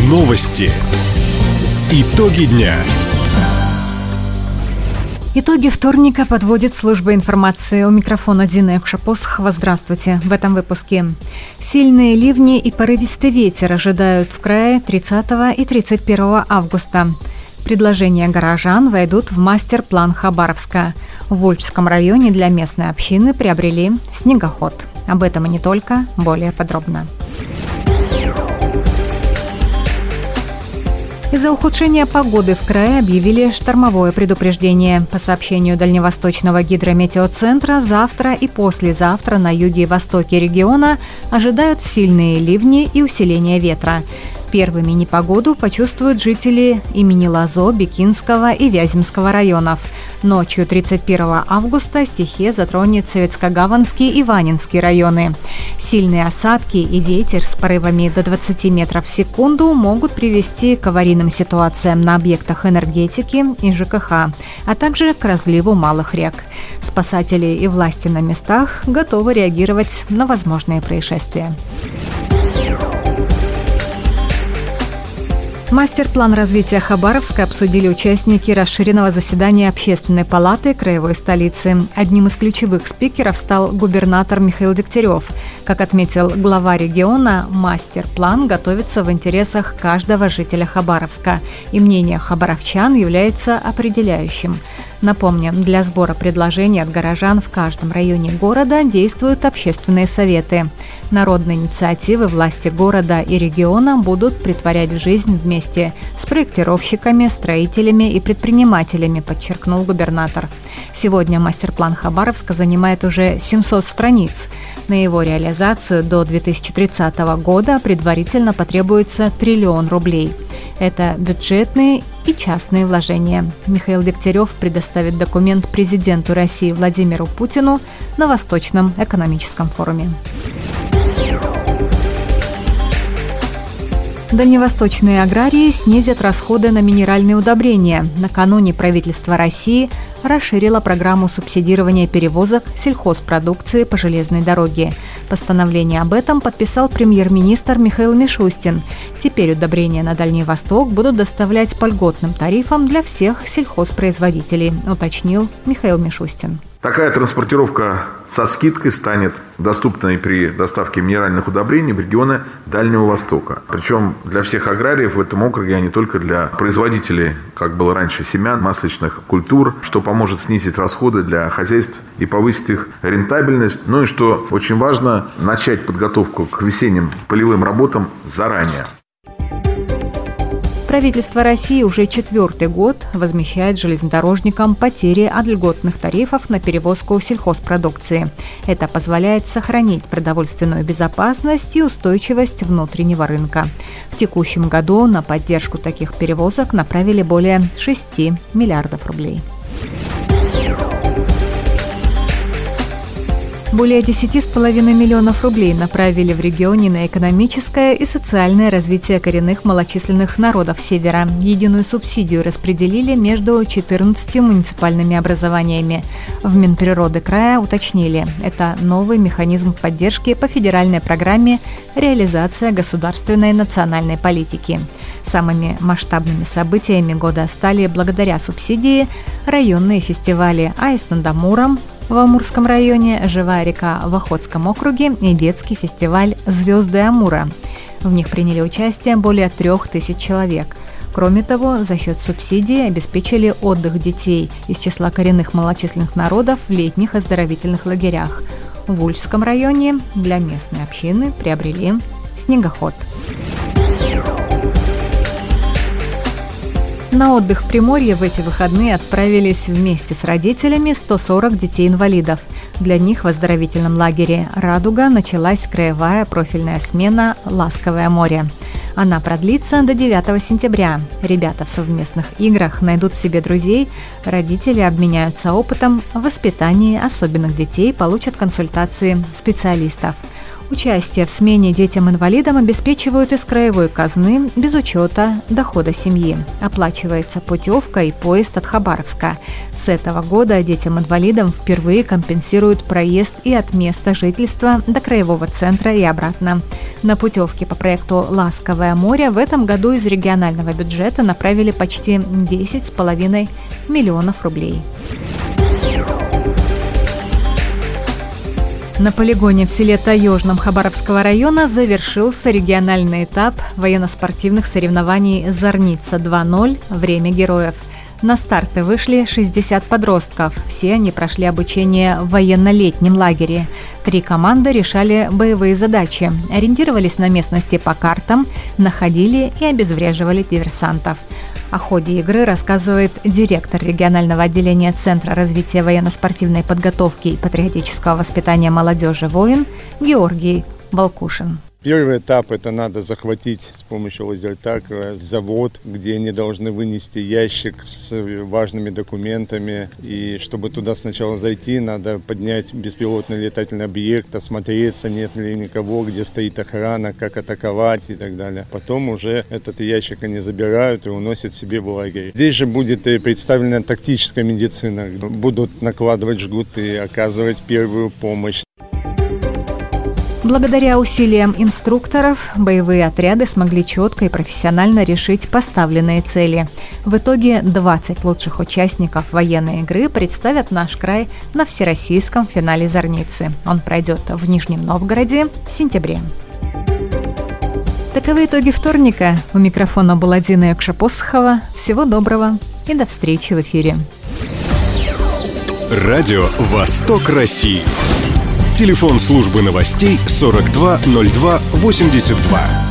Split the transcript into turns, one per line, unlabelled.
Новости. Итоги дня.
Итоги вторника подводит служба информации. У микрофона Дина Якушапосхова. Здравствуйте. В этом выпуске. Сильные ливни и порывистый ветер ожидают в крае 30 и 31 августа. Предложения горожан войдут в мастер-план Хабаровска. В Вольжском районе для местной общины приобрели снегоход. Об этом и не только, более подробно. Из-за ухудшения погоды в крае объявили штормовое предупреждение. По сообщению Дальневосточного гидрометеоцентра, завтра и послезавтра на юге и востоке региона ожидают сильные ливни и усиление ветра. Первыми непогоду почувствуют жители имени Лазо, Бикинского и Вяземского районов. Ночью 31 августа стихия затронет Советско-Гаванский и Ванинский районы. Сильные осадки и ветер с порывами до 20 метров в секунду могут привести к аварийным ситуациям на объектах энергетики и ЖКХ, а также к разливу малых рек. Спасатели и власти на местах готовы реагировать на возможные происшествия. Мастер-план развития Хабаровска обсудили участники расширенного заседания Общественной палаты краевой столицы. Одним из ключевых спикеров стал губернатор Михаил Дегтярев. Как отметил глава региона, мастер-план готовится в интересах каждого жителя Хабаровска, и мнение хабаровчан является определяющим. Напомним, для сбора предложений от горожан в каждом районе города действуют общественные советы. Народные инициативы власти города и региона будут претворять в жизнь вместе с проектировщиками, строителями и предпринимателями, подчеркнул губернатор. Сегодня мастер-план Хабаровска занимает уже 700 страниц. На его реализацию до 2030 года предварительно потребуется 1 триллион рублей. Это бюджетные и частные вложения. Михаил Дегтярев предоставит документ президенту России Владимиру Путину на Восточном экономическом форуме. Дальневосточные аграрии снизят расходы на минеральные удобрения. Накануне правительство России расширило программу субсидирования перевозок сельхозпродукции по железной дороге. Постановление об этом подписал премьер-министр Михаил Мишустин. Теперь удобрения на Дальний Восток будут доставлять по льготным тарифам для всех сельхозпроизводителей, уточнил Михаил Мишустин.
Такая транспортировка со скидкой станет доступной при доставке минеральных удобрений в регионы Дальнего Востока. Причем для всех аграриев в этом округе, а не только для производителей, как было раньше, семян, масличных культур, что поможет снизить расходы для хозяйств и повысить их рентабельность. Ну и что очень важно, начать подготовку к весенним полевым работам заранее.
Правительство России уже 4-й год возмещает железнодорожникам потери от льготных тарифов на перевозку сельхозпродукции. Это позволяет сохранить продовольственную безопасность и устойчивость внутреннего рынка. В текущем году на поддержку таких перевозок направили более 6 миллиардов рублей. Более 10,5 миллионов рублей направили в регионе на экономическое и социальное развитие коренных малочисленных народов Севера. Единую субсидию распределили между 14 муниципальными образованиями. В Минприроды края уточнили, это новый механизм поддержки по федеральной программе «Реализация государственной национальной политики». Самыми масштабными событиями года стали благодаря субсидии районные фестивали «Аист над Амуром» в Амурском районе, «Живая река» в Охотском округе и детский фестиваль «Звезды Амура». В них приняли участие более 3000 человек. Кроме того, за счет субсидий обеспечили отдых детей из числа коренных малочисленных народов в летних оздоровительных лагерях. В Вольжском районе для местной общины приобрели снегоход. На отдых в Приморье в эти выходные отправились вместе с родителями 140 детей-инвалидов. Для них в оздоровительном лагере «Радуга» началась краевая профильная смена «Ласковое море». Она продлится до 9 сентября. Ребята в совместных играх найдут себе друзей, родители обменяются опытом в воспитании особенных детей, получат консультации специалистов. Участие в смене детям-инвалидам обеспечивают из краевой казны без учета дохода семьи. Оплачивается путевка и поезд от Хабаровска. С этого года детям-инвалидам впервые компенсируют проезд и от места жительства до краевого центра и обратно. На путевке по проекту «Ласковое море» в этом году из регионального бюджета направили почти 10,5 миллионов рублей. На полигоне в селе Таежном Хабаровского района завершился региональный этап военно-спортивных соревнований «Зорница 2.0. Время героев». На старты вышли 60 подростков. Все они прошли обучение в военно-летнем лагере. 3 команды решали боевые задачи, ориентировались на местности по картам, находили и обезвреживали диверсантов. О ходе игры рассказывает директор регионального отделения Центра развития военно-спортивной подготовки и патриотического воспитания молодежи «Воин» Георгий Волкушин.
Первый этап – это надо захватить с помощью лазертака завод, где они должны вынести ящик с важными документами. И чтобы туда сначала зайти, надо поднять беспилотный летательный объект, осмотреться, нет ли никого, где стоит охрана, как атаковать и так далее. Потом уже этот ящик они забирают и уносят себе в лагерь. Здесь же будет представлена тактическая медицина. Будут накладывать жгуты, оказывать первую помощь.
Благодаря усилиям инструкторов боевые отряды смогли четко и профессионально решить поставленные цели. В итоге 20 лучших участников военной игры представят наш край на всероссийском финале «Зорницы». Он пройдет в Нижнем Новгороде в сентябре. Таковы итоги вторника. У микрофона была Дина Якшапосхова. Всего доброго и до встречи в эфире.
Радио «Восток России». Телефон службы новостей 420282.